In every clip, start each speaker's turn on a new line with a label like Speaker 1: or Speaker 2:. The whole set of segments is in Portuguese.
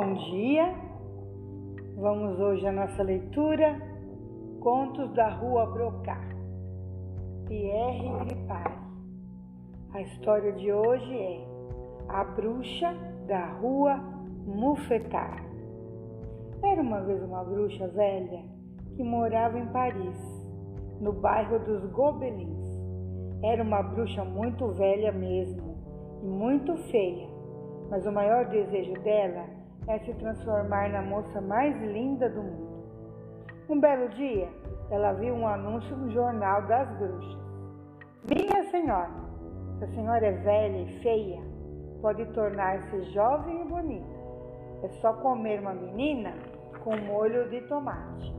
Speaker 1: Bom dia, vamos hoje à nossa leitura, Contos da Rua Brocá, Pierre Gripari. A história de hoje é A Bruxa da Rua Mouffetard. Era uma vez uma bruxa velha que morava em Paris, no bairro dos Gobelins. Era uma bruxa muito velha mesmo e muito feia, mas o maior desejo dela é se transformar na moça mais linda do mundo. Um belo dia, ela viu um anúncio no jornal das bruxas. Minha senhora, se a senhora é velha e feia, pode tornar-se jovem e bonita. É só comer uma menina com molho de tomate.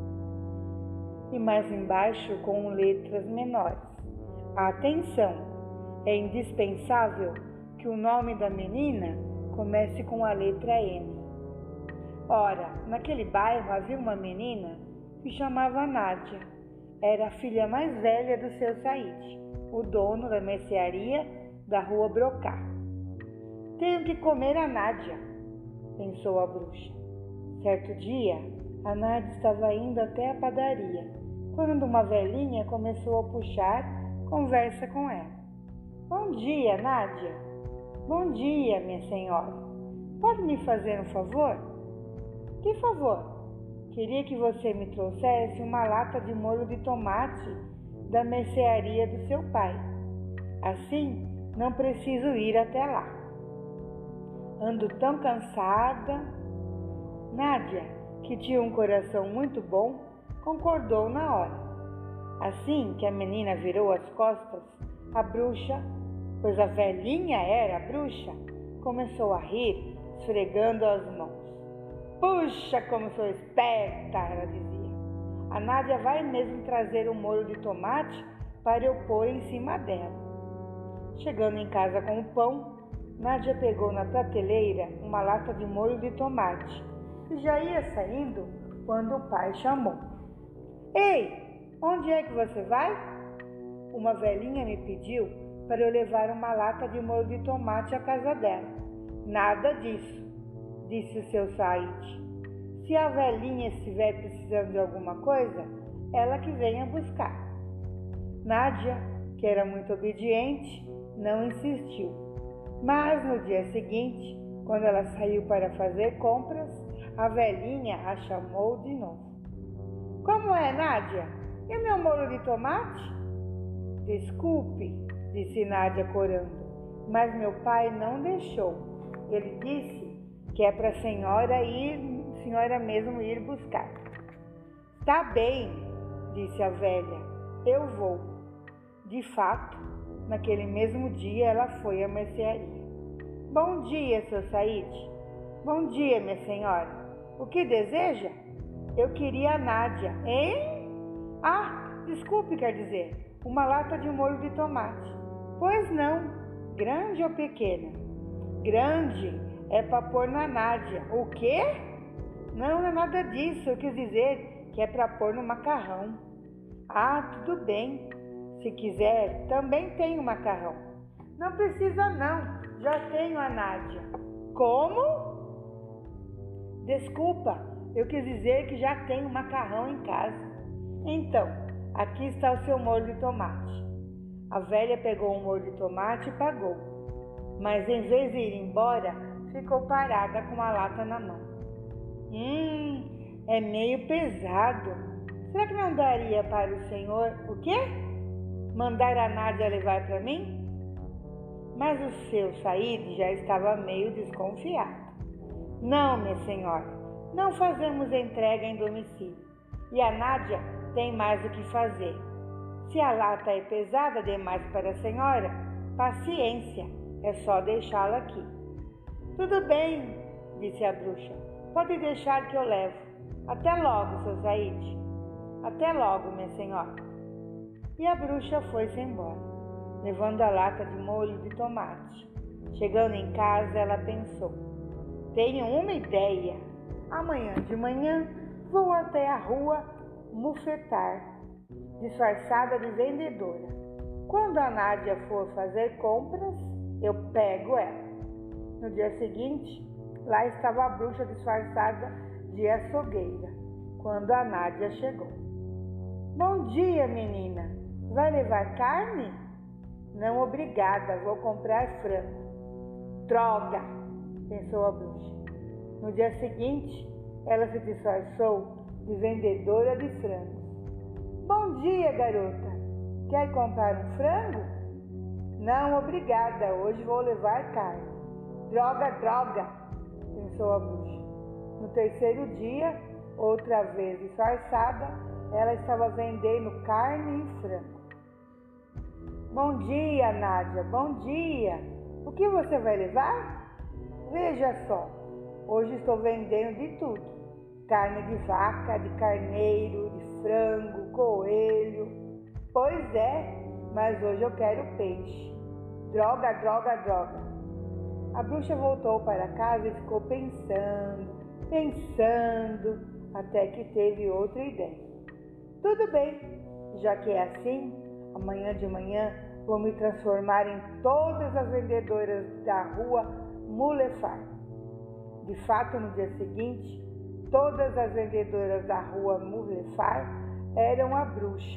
Speaker 1: E mais embaixo, com letras menores: atenção, é indispensável que o nome da menina comece com a letra N. Ora, naquele bairro havia uma menina que chamava Nádia. Era a filha mais velha do seu Said, o dono da mercearia da Rua Brocá. Tenho que comer a Nádia, pensou a bruxa. Certo dia, a Nádia estava indo até a padaria, quando uma velhinha começou a puxar conversa com ela. Bom dia, Nádia. Bom dia, minha senhora. Pode me fazer um favor? Que favor? Queria que você me trouxesse uma lata de molho de tomate da mercearia do seu pai. Assim, não preciso ir até lá. Ando tão cansada. Nádia, que tinha um coração muito bom, concordou na hora. Assim que a menina virou as costas, a bruxa, pois a velhinha era a bruxa, começou a rir, esfregando as mãos. Puxa, como sou esperta, ela dizia. A Nádia vai mesmo trazer um molho de tomate para eu pôr em cima dela. Chegando em casa com o pão, Nádia pegou na prateleira uma lata de molho de tomate e já ia saindo quando o pai chamou. Ei, onde é que você vai? Uma velhinha me pediu para eu levar uma lata de molho de tomate à casa dela. Nada disso, disse o seu Said. Se a velhinha estiver precisando de alguma coisa, ela que venha buscar. Nádia, que era muito obediente, não insistiu. Mas no dia seguinte, quando ela saiu para fazer compras, a velhinha a chamou de novo. Como é, Nádia? E o meu molho de tomate? Desculpe, disse Nádia corando, mas meu pai não deixou. Ele disse que é para a senhora mesmo ir buscar. Tá bem, disse a velha, eu vou. De fato, naquele mesmo dia ela foi à mercearia. Bom dia, seu Said. Bom dia, minha senhora. O que deseja? Eu queria a Nádia, hein? Ah, desculpe, quer dizer, uma lata de molho de tomate. Pois não, grande ou pequena? Grande é para pôr na Nádia. O quê? Não é nada disso, eu quis dizer que é para pôr no macarrão. Ah, tudo bem. Se quiser, também tenho macarrão. Não precisa não, já tenho a Nádia. Como? Desculpa, eu quis dizer que já tenho macarrão em casa. Então, aqui está o seu molho de tomate. A velha pegou o molho de tomate e pagou. Mas em vez de ir embora, ficou parada com a lata na mão. É meio pesado. Será que não daria para o senhor o quê? Mandar a Nádia levar para mim? Mas o seu Said já estava meio desconfiado. Não, minha senhora, não fazemos entrega em domicílio. E a Nádia tem mais o que fazer. Se a lata é pesada demais para a senhora, paciência, é só deixá-la aqui. Tudo bem, disse a bruxa, pode deixar que eu levo. Até logo, seu Said. Até logo, minha senhora. E a bruxa foi-se embora, levando a lata de molho de tomate. Chegando em casa, ela pensou: tenho uma ideia. Amanhã de manhã vou até a Rua Mouffetard, disfarçada de vendedora. Quando a Nádia for fazer compras, eu pego ela. No dia seguinte, Lá estava a bruxa disfarçada de açougueira, quando a Nádia chegou. Bom dia, menina. Vai levar carne? Não, obrigada, vou comprar frango. Droga, pensou a bruxa. No dia seguinte, ela se disfarçou de vendedora de frangos. Bom dia, garota. Quer comprar um frango? Não, obrigada, hoje vou levar carne. Droga, droga, pensou a bruxa. No terceiro dia, outra vez disfarçada, ela estava vendendo carne e frango. Bom dia, Nádia, bom dia. O que você vai levar? Veja só, hoje estou vendendo de tudo. Carne de vaca, de carneiro, de frango, coelho. Pois é, mas hoje eu quero peixe. Droga, droga, droga. A bruxa voltou para casa e ficou pensando, até que teve outra ideia. Tudo bem, já que é assim, amanhã de manhã vou me transformar em todas as vendedoras da rua Mulefar. De fato, no dia seguinte, todas as vendedoras da rua Mulefar eram a bruxa.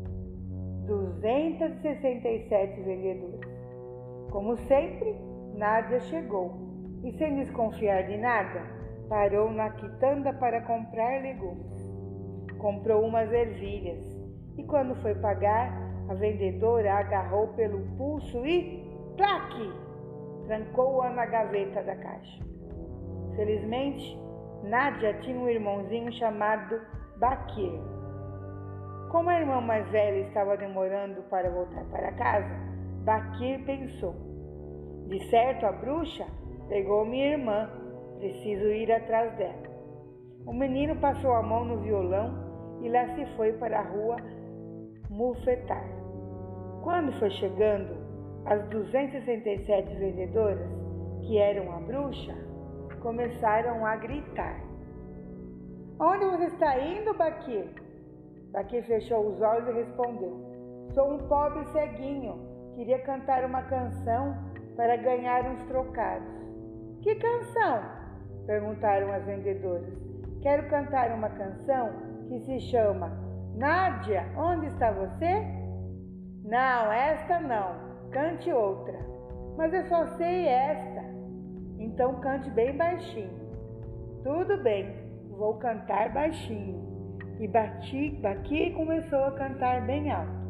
Speaker 1: 267 vendedoras. Como sempre, Nádia chegou e, sem desconfiar de nada, parou na quitanda para comprar legumes. Comprou umas ervilhas e, quando foi pagar, a vendedora a agarrou pelo pulso e, claque, trancou-a na gaveta da caixa. Felizmente, Nádia tinha um irmãozinho chamado Bakir. Como a irmã mais velha estava demorando para voltar para casa, Bakir pensou: de certo a bruxa pegou minha irmã, preciso ir atrás dela. O menino passou a mão no violão e lá se foi para a rua Mulefar. Quando foi chegando, as 267 vendedoras, que eram a bruxa, começaram a gritar. Onde você está indo, Bakir? Bakir fechou os olhos e respondeu: sou um pobre ceguinho, queria cantar uma canção para ganhar uns trocados. Que canção? Perguntaram as vendedoras. Quero cantar uma canção que se chama Nádia, onde está você? Não, esta não, cante outra. Mas eu só sei esta. Então cante bem baixinho. Tudo bem, vou cantar baixinho. E Bakir começou a cantar bem alto.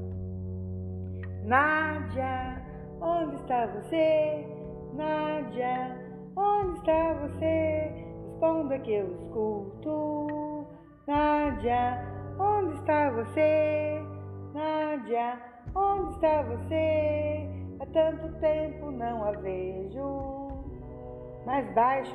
Speaker 1: Nádia, onde está você? Nádia, onde está você? Responda que eu escuto. Nádia, onde está você? Nádia, onde está você? Há tanto tempo não a vejo. Mais baixo,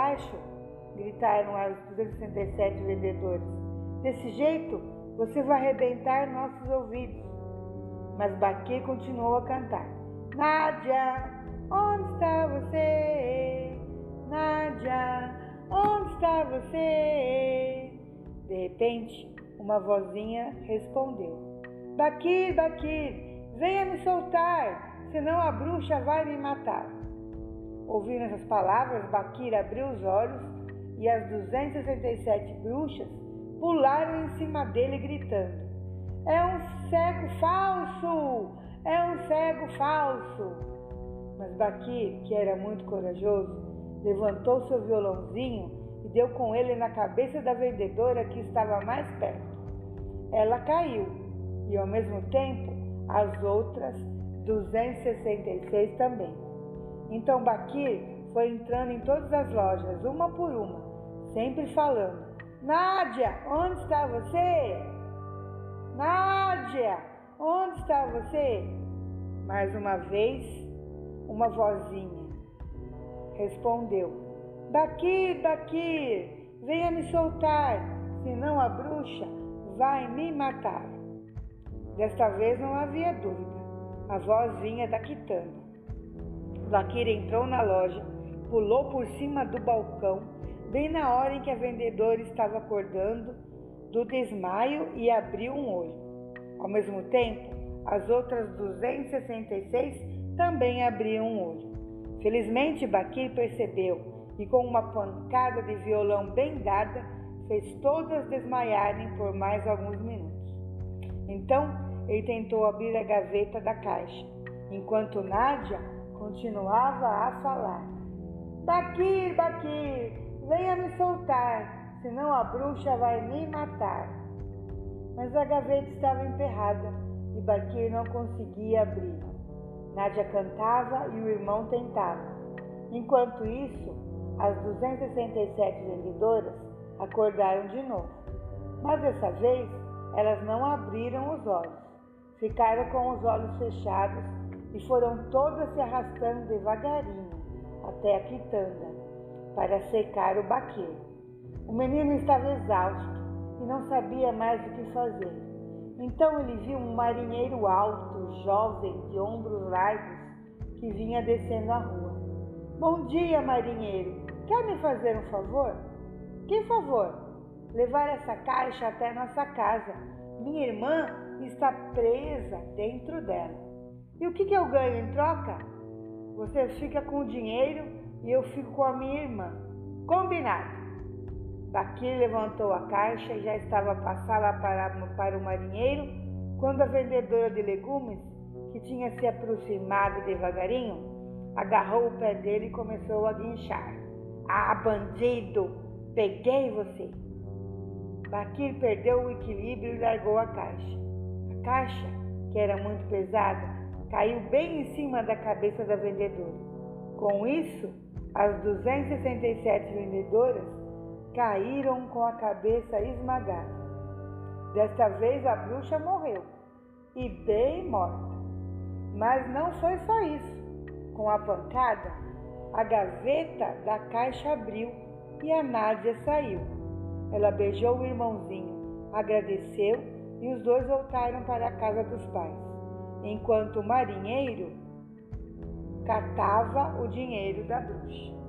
Speaker 1: gritaram as 267 vendedores. Desse jeito, você vai arrebentar nossos ouvidos. Mas Bakir continuou a cantar. Nádia, onde está você? Nádia, onde está você? De repente, uma vozinha respondeu. Bakir, Bakir, venha me soltar, senão a bruxa vai me matar. Ouvindo essas palavras, Bakir abriu os olhos e as 267 bruxas pularam em cima dele gritando: é um cego falso! É um cego falso! Mas Bakir, que era muito corajoso, levantou seu violãozinho e deu com ele na cabeça da vendedora que estava mais perto. Ela caiu e, ao mesmo tempo, as outras 266 também. Então Bakir foi entrando em todas as lojas, uma por uma, sempre falando: Nádia, onde está você? Nádia, onde está você? Mais uma vez, uma vozinha respondeu: Bakir, Bakir, venha me soltar, senão a bruxa vai me matar. Desta vez não havia dúvida, a voz vinha da quitanda. Bakir entrou na loja, pulou por cima do balcão, bem na hora em que a vendedora estava acordando do desmaio e abriu um olho. Ao mesmo tempo, as outras 266 também abriam um olho. Felizmente, Bakir percebeu e com uma pancada de violão bem dada, fez todas desmaiarem por mais alguns minutos. Então, ele tentou abrir a gaveta da caixa, enquanto Nádia continuava a falar. Bakir, Bakir, venha me soltar, senão a bruxa vai me matar. Mas a gaveta estava emperrada e Bakir não conseguia abrir. Nádia cantava e o irmão tentava. Enquanto isso, as 267 vendedoras acordaram de novo. Mas dessa vez, elas não abriram os olhos. Ficaram com os olhos fechados e foram todas se arrastando devagarinho até a quitanda para secar o Bakir. O menino estava exausto e não sabia mais o que fazer. Então ele viu um marinheiro alto, jovem, de ombros largos, que vinha descendo a rua. Bom dia, marinheiro. Quer me fazer um favor? Que favor? Levar essa caixa até nossa casa. Minha irmã está presa dentro dela. E o que eu ganho em troca? Você fica com o dinheiro e eu fico com a minha irmã. Combinado. Bakir levantou a caixa e já estava a passá-la para o marinheiro, quando a vendedora de legumes, que tinha se aproximado devagarinho, agarrou o pé dele e começou a guinchar. Ah, bandido! Peguei você! Bakir perdeu o equilíbrio e largou a caixa. A caixa, que era muito pesada, caiu bem em cima da cabeça da vendedora. Com isso, as 267 vendedoras caíram com a cabeça esmagada. Desta vez a bruxa morreu, e bem morta. Mas não foi só isso. Com a pancada, a gaveta da caixa abriu e a Nádia saiu. Ela beijou o irmãozinho, agradeceu e os dois voltaram para a casa dos pais, enquanto o marinheiro catava o dinheiro da bruxa.